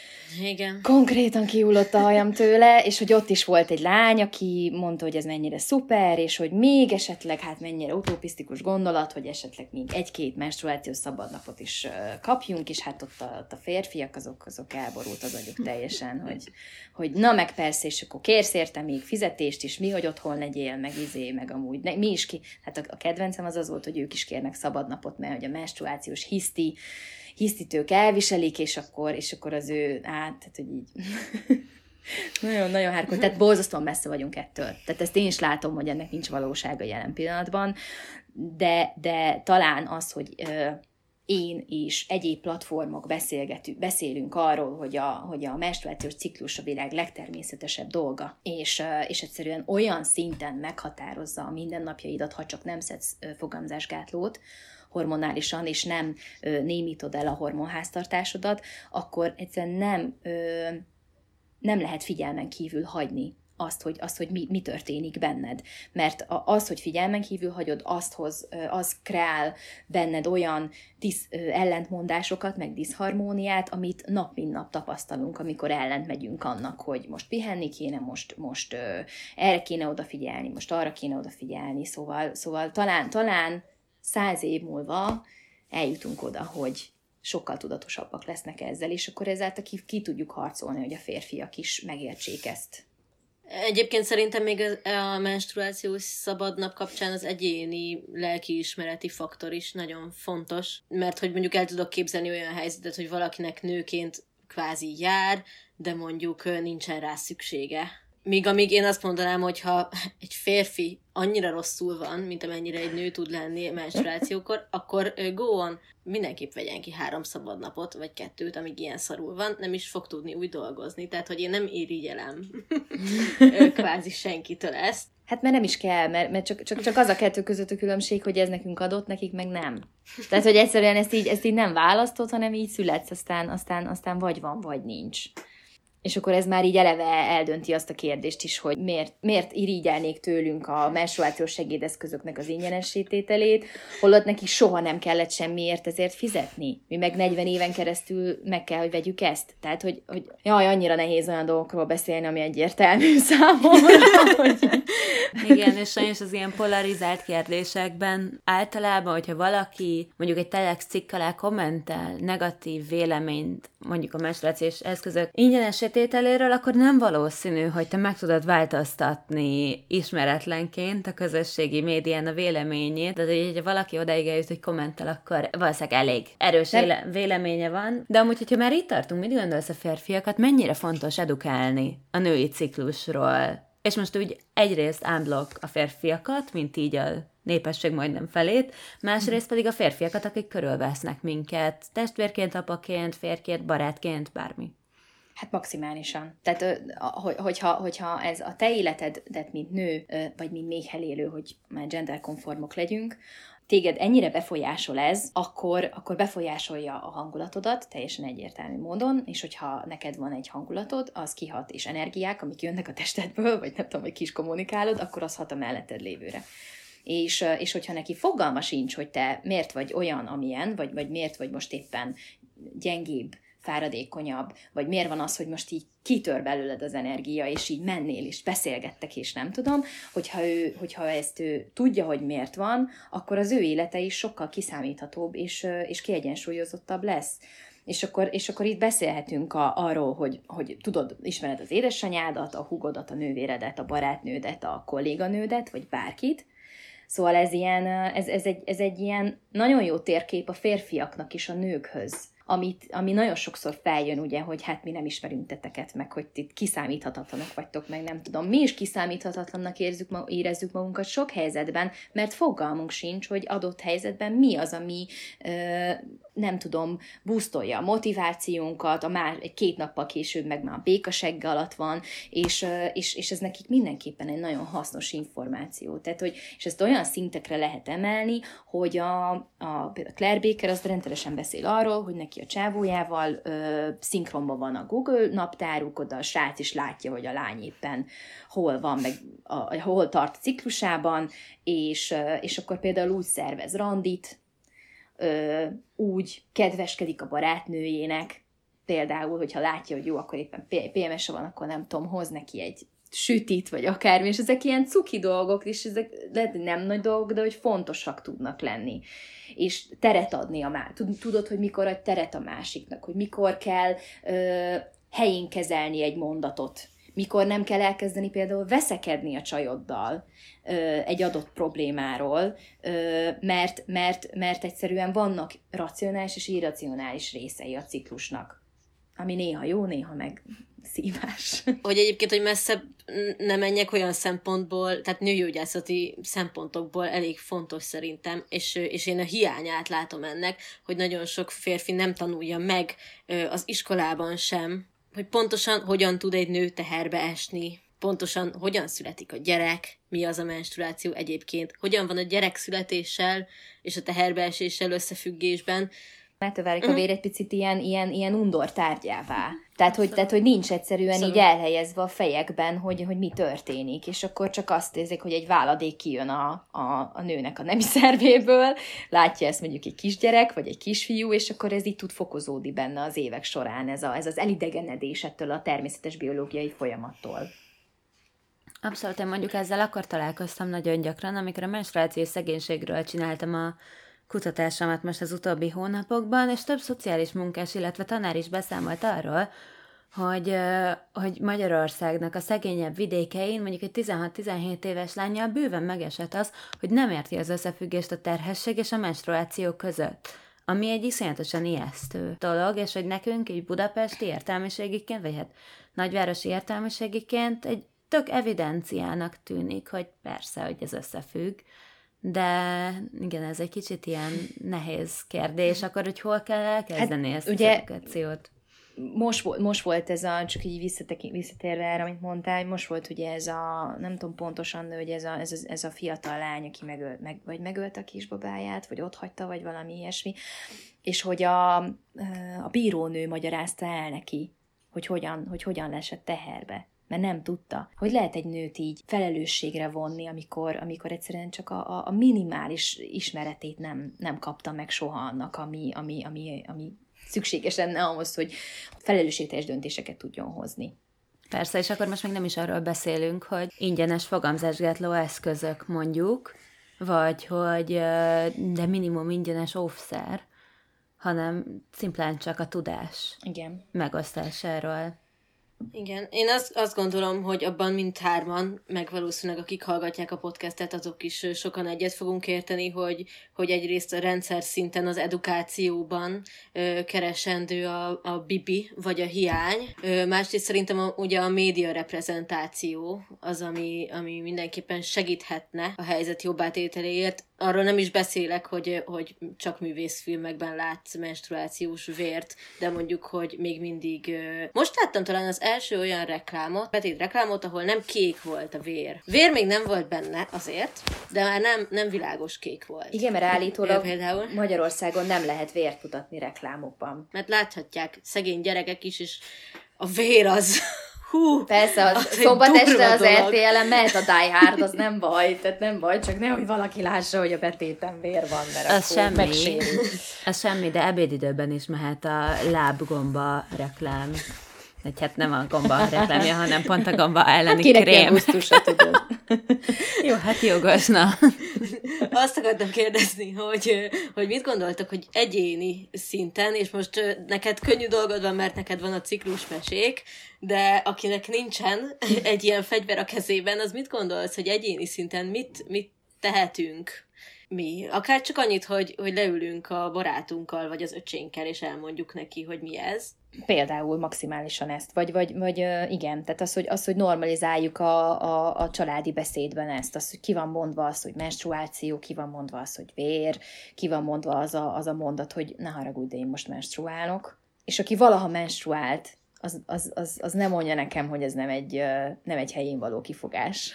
Igen. Konkrétan kihullott a hajam tőle, és hogy ott is volt egy lány, aki mondta, hogy ez mennyire szuper, és hogy még esetleg, hát mennyire utopisztikus gondolat, hogy esetleg még egy-két menstruációs szabadnapot is uh, kapjunk, és hát ott a, ott a férfiak, azok, azok elborult az agyuk teljesen, hogy, hogy na meg persze, és akkor kérsz érte még fizetést is, mi, hogy otthon legyél, meg izé, meg amúgy, ne, mi is ki, hát a, a kedvencem az az volt, hogy ők is kérnek szabadnapot, mert hogy a menstruációs hiszti, hisztitők elviselik, és akkor, és akkor az ő, át, tehát, hogy így nagyon-nagyon hardcore, tehát borzasztóan messze vagyunk ettől. Tehát ezt én is látom, hogy ennek nincs valósága jelen pillanatban, de, de talán az, hogy ö, én és egyéb platformok beszélgetünk, beszélünk arról, hogy a, hogy a menstruációs ciklus a világ legtermészetesebb dolga, és, ö, és egyszerűen olyan szinten meghatározza a mindennapjaidat, ha csak nem szedsz ö, fogamzásgátlót, hormonálisan, és nem ö, némítod el a hormonháztartásodat, akkor egyszerűen nem, ö, nem lehet figyelmen kívül hagyni azt, hogy, azt, hogy mi, mi történik benned. Mert az, hogy figyelmen kívül hagyod, azt hoz, az kreál benned olyan disz, ö, ellentmondásokat, meg diszharmóniát, amit nap mint nap tapasztalunk, amikor ellent megyünk annak, hogy most pihenni kéne, most, most ö, erre kéne odafigyelni, most arra kéne odafigyelni, szóval, szóval talán, talán száz év múlva eljutunk oda, hogy sokkal tudatosabbak lesznek ezzel, és akkor ezáltal ki, ki tudjuk harcolni, hogy a férfiak is megértsék ezt. Egyébként szerintem még a menstruációs szabadnap kapcsán az egyéni lelkiismereti faktor is nagyon fontos, mert hogy mondjuk el tudok képzelni olyan helyzetet, hogy valakinek nőként kvázi jár, de mondjuk nincsen rá szüksége. Míg amíg én azt mondanám, hogy ha egy férfi annyira rosszul van, mint amennyire egy nő tud lenni menstruációkor, akkor go on, mindenképp vegyen ki három szabadnapot, vagy kettőt, amíg ilyen szarul van, nem is fog tudni úgy dolgozni. Tehát, hogy én nem irigyelem kvázi senkitől ezt. Hát mert nem is kell, mert, mert csak, csak, csak az a kettő között a különbség, hogy ez nekünk adott, nekik meg nem. Tehát, hogy egyszerűen ezt így, ezt így nem választod, hanem így születsz, aztán, aztán, aztán vagy van, vagy nincs. És akkor ez már így eleve eldönti azt a kérdést is, hogy miért, miért irigyelnék tőlünk a menstruációs segédeszközöknek az ingyenesítételét, holott neki soha nem kellett semmiért ezért fizetni. Mi meg negyven éven keresztül meg kell, hogy vegyük ezt. Tehát, hogy, hogy jaj, annyira nehéz olyan dolgokról beszélni, ami egyértelmű számomra. hogy... Igen, és sajnos az ilyen polarizált kérdésekben általában, hogyha valaki mondjuk egy Telex cikk alá kommentel negatív véleményt, mondjuk a menstruációs eszközök ingyenesítételéről, akkor nem valószínű, hogy te meg tudod változtatni ismeretlenként a közösségi médián a véleményét, de hogyha valaki odaig eljut, hogy kommentel, akkor valószínűleg elég erős nem. véleménye van. De amúgy, hogyha már itt tartunk, mit gondolsz a férfiakat, mennyire fontos edukálni a női ciklusról? És most úgy egyrészt unblock a férfiakat, mint így a népesség majdnem felét, másrészt pedig a férfiakat, akik körülvesznek minket, testvérként, apaként, férként, barátként, bármi. Hát maximálisan. Tehát, hogyha, hogyha ez a te életedet, mint nő, vagy mint méhhelélő, hogy már genderkonformok legyünk, téged ennyire befolyásol ez, akkor, akkor befolyásolja a hangulatodat teljesen egyértelmű módon, és hogyha neked van egy hangulatod, az kihat, és energiák, amik jönnek a testedből, vagy nem tudom, hogy ki is kommunikálod, akkor az hat a melletted lévőre. És, és hogyha neki fogalma sincs, hogy te miért vagy olyan, amilyen, vagy, vagy miért vagy most éppen gyengébb, fáradékonyabb, vagy miért van az, hogy most így kitör belőled az energia, és így mennél, és beszélgettek, és nem tudom, hogyha, ő, hogyha ezt ő tudja, hogy miért van, akkor az ő élete is sokkal kiszámíthatóbb, és, és kiegyensúlyozottabb lesz. És akkor, és akkor itt beszélhetünk a, arról, hogy, hogy tudod, ismered az édesanyádat, a húgodat, a nővéredet, a barátnődet, a kolléganődet, vagy bárkit. Szóval ez, ilyen, ez, ez, egy, ez egy ilyen nagyon jó térkép a férfiaknak is a nőkhöz, amit, ami nagyon sokszor feljön, ugye, hogy hát mi nem ismerünk teteket, meg hogy ti kiszámíthatatlanok vagytok, meg nem tudom. Mi is kiszámíthatatlannak érezzük, érezzük magunkat sok helyzetben, mert fogalmunk sincs, hogy adott helyzetben mi az, ami ö, nem tudom, boostolja a motivációnkat, a már egy két nappal később meg már a békasegge alatt van, és, és, és ez nekik mindenképpen egy nagyon hasznos információ. Tehát, hogy, és ezt olyan szintekre lehet emelni, hogy a, a például Claire Baker az rendszeresen beszél arról, hogy neki a csávójával ö, szinkronban van a Google naptáruk, oda a srác is látja, hogy a lány éppen hol van, meg a, hol tart a ciklusában, és, és akkor például úgy szervez randit, Ö, úgy kedveskedik a barátnőjének, például, hogyha látja, hogy jó, akkor éppen pé em es-e van, akkor nem tudom, hoz neki egy sütit, vagy akármi, és ezek ilyen cuki dolgok, és ezek lehet, nem nagy dolgok, de hogy fontosak tudnak lenni. És teret adni a már. Tudod, hogy mikor adj teret a másiknak, hogy mikor kell ö, helyén kezelni egy mondatot, mikor nem kell elkezdeni például veszekedni a csajoddal ö, egy adott problémáról, ö, mert, mert, mert egyszerűen vannak racionális és irracionális részei a ciklusnak, ami néha jó, néha meg szívás. Hogy egyébként, hogy messzebb ne menjek olyan szempontból, tehát nőgyógyászati szempontokból elég fontos szerintem, és, és én a hiányát látom ennek, hogy nagyon sok férfi nem tanulja meg az iskolában sem, hogy pontosan hogyan tud egy nő teherbe esni, pontosan hogyan születik a gyerek, mi az a menstruáció egyébként, hogyan van a gyerek születéssel és a teherbeeséssel összefüggésben. Mert válik a vér egy picit ilyen, ilyen, ilyen undor tárgyává. Tehát hogy, tehát, hogy nincs egyszerűen Szóval. így elhelyezve a fejekben, hogy, hogy mi történik, és akkor csak azt érzik, hogy egy váladék kijön a, a, a nőnek a nemi szervéből, látja ezt mondjuk egy kisgyerek, vagy egy kisfiú, és akkor ez így tud fokozódni benne az évek során, ez, a, ez az elidegenedés ettől a természetes biológiai folyamattól. Abszolút, én mondjuk ezzel akkor találkoztam nagyon gyakran, amikor a menstruációs szegénységről csináltam a kutatásomat most az utóbbi hónapokban, és több szociális munkás, illetve tanár is beszámolt arról, hogy, hogy Magyarországnak a szegényebb vidékein mondjuk egy tizenhat-tizenhét éves lánnyal bőven megesett az, hogy nem érti az összefüggést a terhesség és a menstruáció között, ami egy iszonyatosan ijesztő dolog, és hogy nekünk így budapesti értelmiségiként, vagy hát nagyvárosi értelmiségiként egy tök evidenciának tűnik, hogy persze, hogy ez összefügg, de igen, ez egy kicsit ilyen nehéz kérdés, akkor, hogy hol kell elkezdeni hát, ezt ugye, az edukációt? Most, most volt ez a, csak így visszatérve erre, amit mondtál, most volt ugye ez a, nem tudom pontosan, de hogy ez a, ez a, ez a fiatal lány, aki megölt, meg, vagy megölte a kisbabáját, vagy otthagyta, vagy valami ilyesmi, és hogy a, a bírónő magyarázta el neki, hogy hogyan, hogy hogyan lesett teherbe. Mert nem tudta, hogy lehet egy nőt így felelősségre vonni, amikor, amikor egyszerűen csak a, a minimális ismeretét nem, nem kapta meg soha annak, ami, ami, ami, ami szükséges lenne ahhoz, hogy felelősségteljes döntéseket tudjon hozni. Persze, és akkor most még nem is arról beszélünk, hogy ingyenes fogamzásgátló eszközök mondjuk, vagy hogy de minimum ingyenes óvszer, hanem szimplán csak a tudás Igen. megosztásáról. Igen, én azt, azt gondolom, hogy abban mindhárman, meg valószínűleg akik hallgatják a podcastet, azok is sokan egyet fogunk érteni, hogy, hogy egyrészt a rendszer szinten az edukációban ö, keresendő a, a bibi, vagy a hiány. Ö, másrészt szerintem a, ugye a média reprezentáció az, ami, ami mindenképpen segíthetne a helyzet jobbátételéért. Arról nem is beszélek, hogy, hogy csak művészfilmekben látsz menstruációs vért, de mondjuk, hogy még mindig... Most láttam talán az első olyan reklámot, betét reklámot, ahol nem kék volt a vér. Vér még nem volt benne azért, de már nem, nem világos kék volt. Igen, mert állítólag például Magyarországon nem lehet vért mutatni reklámokban. Mert láthatják szegény gyerekek is, és a vér az... Hú, persze, az szombat este az er té el-en mehet a Die Hard, az nem baj, tehát nem baj, csak nehogy valaki lássa, hogy a betéten vér van, mert az akkor semmi. megsérül. Az semmi, de ebédidőben is mehet a lábgomba reklám. Egy, hát nem a gomba reklámja, hanem pont a gomba elleni kinek krém. Kinek gusztusa, tudod. Jó, hát jogos, na. Azt akartam kérdezni, hogy, hogy mit gondoltak, hogy egyéni szinten, és most neked könnyű dolgod van, mert neked van a ciklusmesék, de akinek nincsen egy ilyen fegyver a kezében, az mit gondolsz, hogy egyéni szinten mit, mit tehetünk mi? Akár csak annyit, hogy, hogy leülünk a barátunkkal, vagy az öcsénkkel, és elmondjuk neki, hogy mi ez. Például maximálisan ezt, vagy, vagy, vagy igen, tehát az, hogy, az, hogy normalizáljuk a, a, a családi beszédben ezt, az, hogy ki van mondva az, hogy menstruáció, ki van mondva az, hogy vér, ki van mondva az a, az a mondat, hogy ne haragudj, de én most menstruálok. És aki valaha menstruált, az, az, az, az nem mondja nekem, hogy ez nem egy, nem egy helyén való kifogás.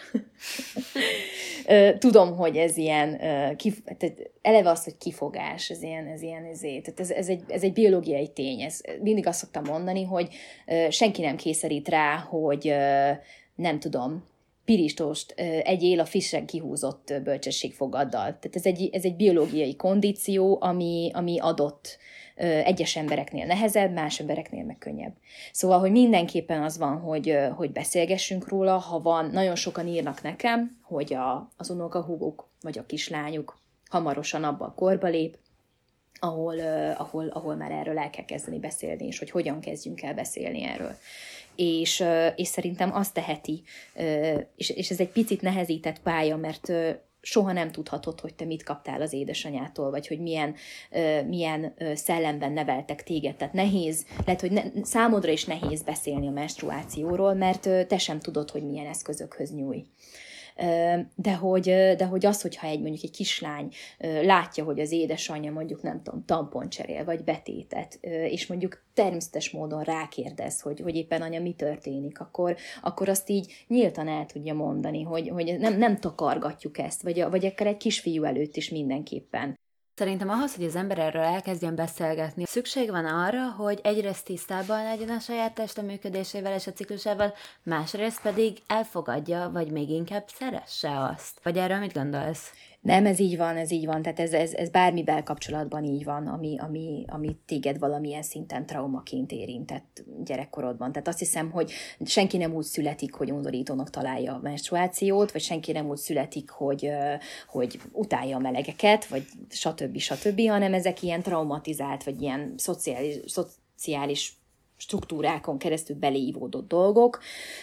Tudom, hogy ez ilyen, kif, tehát eleve az, hogy kifogás, ez ilyen, ez ilyen, ezért, tehát ez, ez, egy, ez egy biológiai tény. Ez, mindig azt szoktam mondani, hogy senki nem kényszerít rá, hogy nem tudom, piristóst egyél a frissen kihúzott bölcsességfogaddal. Tehát ez egy, ez egy biológiai kondíció, ami, ami adott. Egyes embereknél nehezebb, más embereknél meg könnyebb. Szóval, hogy mindenképpen az van, hogy, hogy beszélgessünk róla, ha van, nagyon sokan írnak nekem, hogy a, az unokahúguk vagy a kislányuk hamarosan abba a korba lép, ahol, ahol, ahol már erről el kell kezdeni beszélni, és hogy hogyan kezdjünk el beszélni erről. És, és szerintem azt teheti, és, és ez egy picit nehezített pálya, mert soha nem tudhatod, hogy te mit kaptál az édesanyától, vagy hogy milyen, uh, milyen uh, szellemben neveltek téged. Tehát nehéz, lehet, hogy ne, számodra is nehéz beszélni a menstruációról, mert uh, te sem tudod, hogy milyen eszközökhöz nyúj. De hogy, de hogy az, hogyha egy mondjuk egy kislány látja, hogy az édesanyja mondjuk nem tudom, tampon cserél, vagy betétet, és mondjuk természetes módon rákérdez, hogy, hogy éppen anya mi történik, akkor, akkor azt így nyíltan el tudja mondani, hogy, hogy nem, nem takargatjuk ezt, vagy, vagy akár egy kisfiú előtt is mindenképpen. Szerintem ahhoz, hogy az ember erről elkezdjen beszélgetni, szükség van arra, hogy egyrészt tisztában legyen a saját teste működésével és a ciklusával, másrészt pedig elfogadja, vagy még inkább szeresse azt. Vagy erről mit gondolsz? Nem, ez így van, ez így van, tehát ez, ez, ez bármivel kapcsolatban így van, ami, ami, ami téged valamilyen szinten traumaként érintett gyerekkorodban. Tehát azt hiszem, hogy senki nem úgy születik, hogy undorítónak találja a menstruációt, vagy senki nem úgy születik, hogy, hogy utálja a melegeket, vagy stb. stb., hanem ezek ilyen traumatizált, vagy ilyen szociális, szociális struktúrákon keresztül beléívódott dolgok.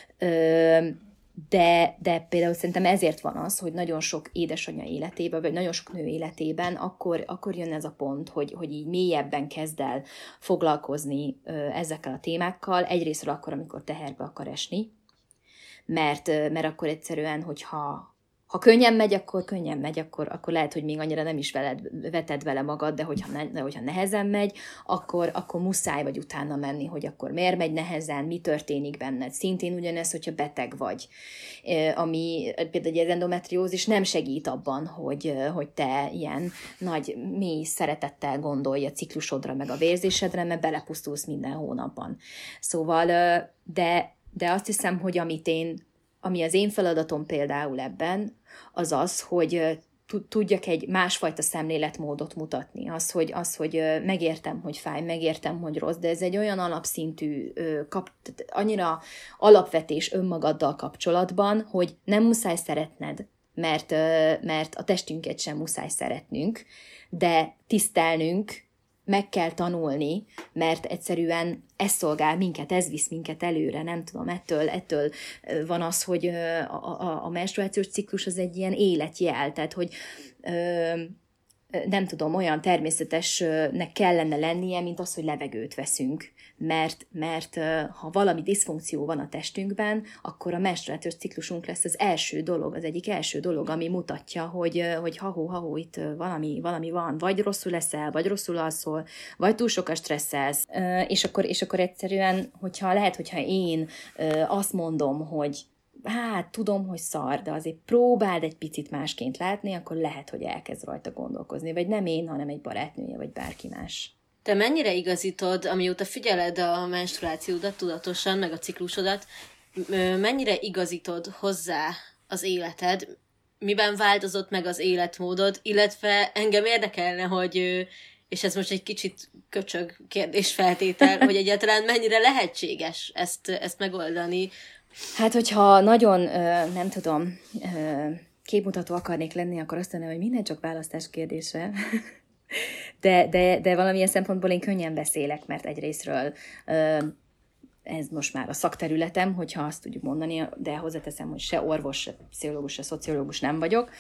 De, de például szerintem ezért van az, hogy nagyon sok édesanyja életében, vagy nagyon sok nő életében akkor, akkor jön ez a pont, hogy, hogy így mélyebben kezd el foglalkozni ö, ezekkel a témákkal, egyrésztről akkor, amikor teherbe akar esni, mert, ö, mert akkor egyszerűen, hogyha ha könnyen megy, akkor könnyen megy, akkor, akkor lehet, hogy még annyira nem is veled, veted vele magad, de hogyha, ne, de hogyha nehezen megy, akkor, akkor muszáj vagy utána menni, hogy akkor miért megy nehezen, mi történik benned. Szintén ugyanez, hogyha beteg vagy. Ami például egy endometriózis nem segít abban, hogy, hogy te ilyen nagy, mély szeretettel gondolj a ciklusodra, meg a vérzésedre, mert belepusztulsz minden hónapban. Szóval, de, de azt hiszem, hogy amit én Ami az én feladatom például ebben, az az, hogy tudjak egy másfajta szemléletmódot mutatni. Az, hogy, az, hogy megértem, hogy fáj, megértem, hogy rossz, de ez egy olyan alapszintű, kap, annyira alapvetés önmagaddal kapcsolatban, hogy nem muszáj szeretned, mert, mert a testünket sem muszáj szeretnünk, de tisztelnünk, meg kell tanulni, mert egyszerűen ez szolgál minket, ez visz minket előre, nem tudom, ettől, ettől van az, hogy a, a, a menstruációs ciklus az egy ilyen életjel, tehát, hogy ö, nem tudom, olyan természetesnek kellene lennie, mint az, hogy levegőt veszünk, mert, mert ha valami diszfunkció van a testünkben, akkor a menstruációs ciklusunk lesz az első dolog, az egyik első dolog, ami mutatja, hogy, hogy ha-hó, ha-hó, itt valami, valami van, vagy rosszul leszel, vagy rosszul alszol, vagy túl sokat stresszelsz, és akkor, és akkor egyszerűen, hogyha lehet, hogyha én azt mondom, hogy hát tudom, hogy szar, de azért próbáld egy picit másként látni, akkor lehet, hogy elkezd rajta gondolkozni, vagy nem én, hanem egy barátnője, vagy bárki más. Te mennyire igazítod, amióta figyeled a menstruációdat tudatosan, meg a ciklusodat, mennyire igazítod hozzá az életed, miben változott meg az életmódod, illetve engem érdekelne, hogy, és ez most egy kicsit köcsög kérdésfeltétel, hogy egyáltalán mennyire lehetséges ezt, ezt megoldani. Hát, hogyha nagyon, nem tudom, képmutató akarnék lenni, akkor azt mondanám, hogy minden csak választás kérdése. De, de, de valamilyen szempontból én könnyen beszélek, mert egyrésztről ez most már a szakterületem, hogyha azt tudjuk mondani, de hozzáteszem, hogy se orvos, se pszichológus, se szociológus nem vagyok,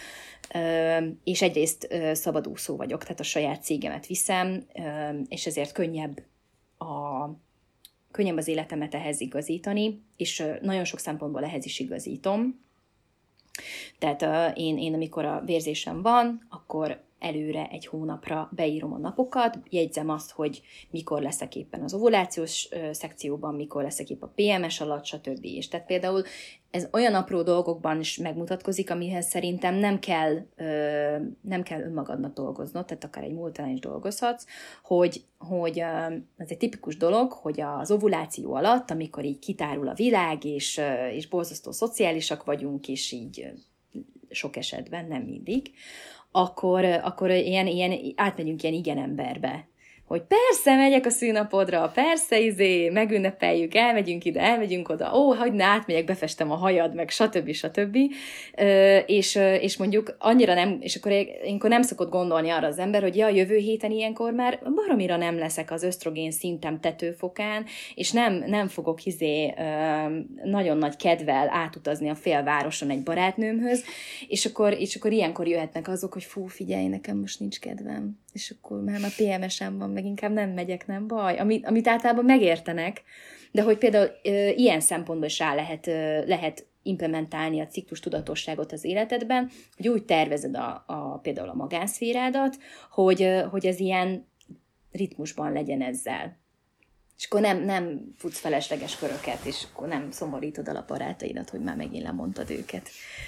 és egyrészt szabadúszó vagyok, tehát a saját cégemet viszem, és ezért könnyebb a könnyebb az életemet ehhez igazítani, és nagyon sok szempontból ehhez is igazítom. Tehát uh, én, én, amikor a vérzésem van, akkor előre egy hónapra beírom a napokat, jegyzem azt, hogy mikor leszek éppen az ovulációs uh, szekcióban, mikor leszek épp a pé em es alatt, stb. És tehát például ez olyan apró dolgokban is megmutatkozik, amihez szerintem nem kell, uh, nem kell önmagadnak dolgoznod, tehát akár egy múltán is dolgozhatsz, hogy, hogy uh, ez egy tipikus dolog, hogy az ovuláció alatt, amikor így kitárul a világ, és, uh, és borzasztó szociálisak vagyunk, és így uh, sok esetben, nem mindig, akkor, akkor ilyen, ilyen, átmegyünk ilyen igen emberbe. Hogy persze, megyek a szülinapodra, persze, izé, megünnepeljük, elmegyünk ide, elmegyünk oda, ó, hagyd ne, átmegyek, befestem a hajad, meg stb. stb. Ö, és, és mondjuk annyira nem, és akkor ilyenkor nem szokott gondolni arra az ember, hogy ja, jövő héten ilyenkor már baromira nem leszek az ösztrogén szintem tetőfokán, és nem, nem fogok izé ö, nagyon nagy kedvel átutazni a félvároson egy barátnőmhöz, és akkor, és akkor ilyenkor jöhetnek azok, hogy fú, figyelj, nekem most nincs kedvem, és akkor már a pé em es-em van, meg inkább nem megyek, nem baj, amit, amit általában megértenek, de hogy például ö, ilyen szempontból is rá lehet, ö, lehet implementálni a ciklus tudatosságot az életedben, hogy úgy tervezed a, a, például a magánszférádat, hogy, ö, hogy ez ilyen ritmusban legyen ezzel. És akkor nem, nem futsz felesleges köröket, és akkor nem szomorítod el a barátaidat, hogy már megint lemondtad őket.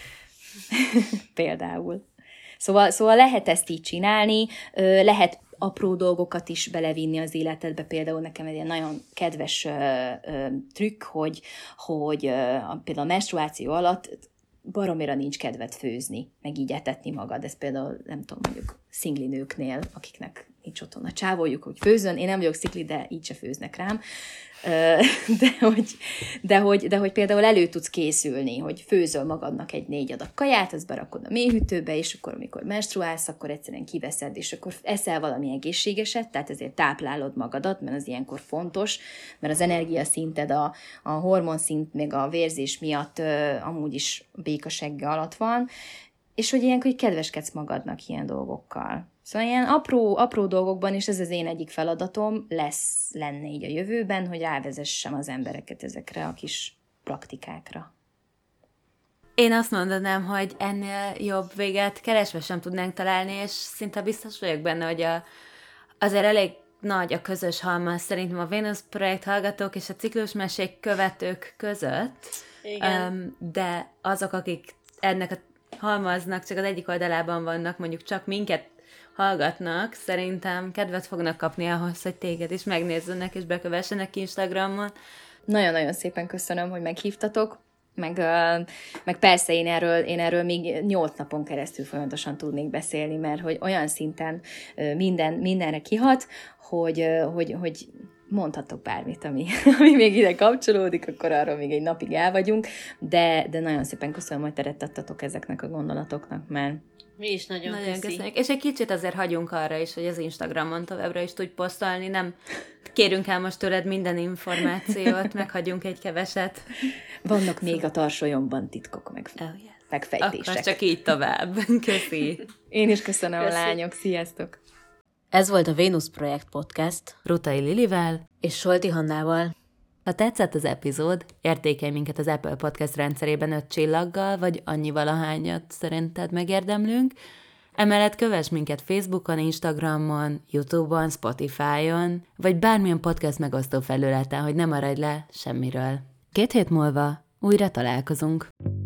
Például. Szóval, szóval lehet ezt így csinálni, ö, lehet apró dolgokat is belevinni az életedbe, például nekem egy ilyen nagyon kedves ö, ö, trükk, hogy, hogy ö, például a menstruáció alatt baromira nincs kedved főzni, meg így etetni magad. Ez például, nem tudom, mondjuk szingli nőknél, akiknek nincs otthon a csávójuk, hogy főzön. Én nem vagyok szikli, de így se főznek rám. De hogy, de, hogy, de hogy például elő tudsz készülni, hogy főzöl magadnak egy négy adag kaját, azt berakod a mélyhűtőbe, és akkor, amikor menstruálsz, akkor egyszerűen kiveszed, és akkor eszel valami egészségeset, tehát ezért táplálod magadat, mert az ilyenkor fontos, mert az energiaszinted, a, a hormonszint, még a vérzés miatt ö, amúgy is békasegge alatt van, és hogy ilyenkor így kedveskedsz magadnak ilyen dolgokkal. Szóval ilyen apró, apró dolgokban, és ez az én egyik feladatom lesz, lenne így a jövőben, hogy rávezessem az embereket ezekre a kis praktikákra. Én azt mondanám, hogy ennél jobb véget keresve sem tudnánk találni, és szinte biztos vagyok benne, hogy a, azért elég nagy a közös halmaz szerintem a Vénusz Projekt hallgatók és a ciklusmesék követők között. Igen. De azok, akik ennek a halmaznak csak az egyik oldalában vannak, mondjuk csak minket hallgatnak, szerintem kedvet fognak kapni ahhoz, hogy téged is megnézzenek és bekövessenek Instagramon. Nagyon-nagyon szépen köszönöm, hogy meghívtatok, meg, uh, meg persze én erről, én erről még nyolc napon keresztül folyamatosan tudnék beszélni, mert hogy olyan szinten uh, minden, mindenre kihat, hogy, uh, hogy, hogy mondhatok bármit, ami, ami még ide kapcsolódik, akkor arról még egy napig el vagyunk, de, de nagyon szépen köszönöm, hogy teret adtatok ezeknek a gondolatoknak, mert mi is nagyon, nagyon köszönjük. És egy kicsit azért hagyunk arra is, hogy az Instagramon továbbra is tudj posztolni, nem kérünk el most tőled minden információt, meghagyunk egy keveset. Vannak még a tarsolyomban titkok, meg oh, yes. megfejtések. Akkor csak így tovább. Köszi. Én is köszönöm, Köszi. lányok. Sziasztok! Ez volt a Vénusz Projekt Podcast Rutai Lilivel és Solti Hannával. Ha tetszett az epizód, értékelj minket az Apple Podcast rendszerében öt csillaggal, vagy annyi valahányat szerinted megérdemlünk. Emellett kövess minket Facebookon, Instagramon, YouTube-on, Spotify-on, vagy bármilyen podcast megosztó felületen, hogy ne maradj le semmiről. Két hét múlva újra találkozunk.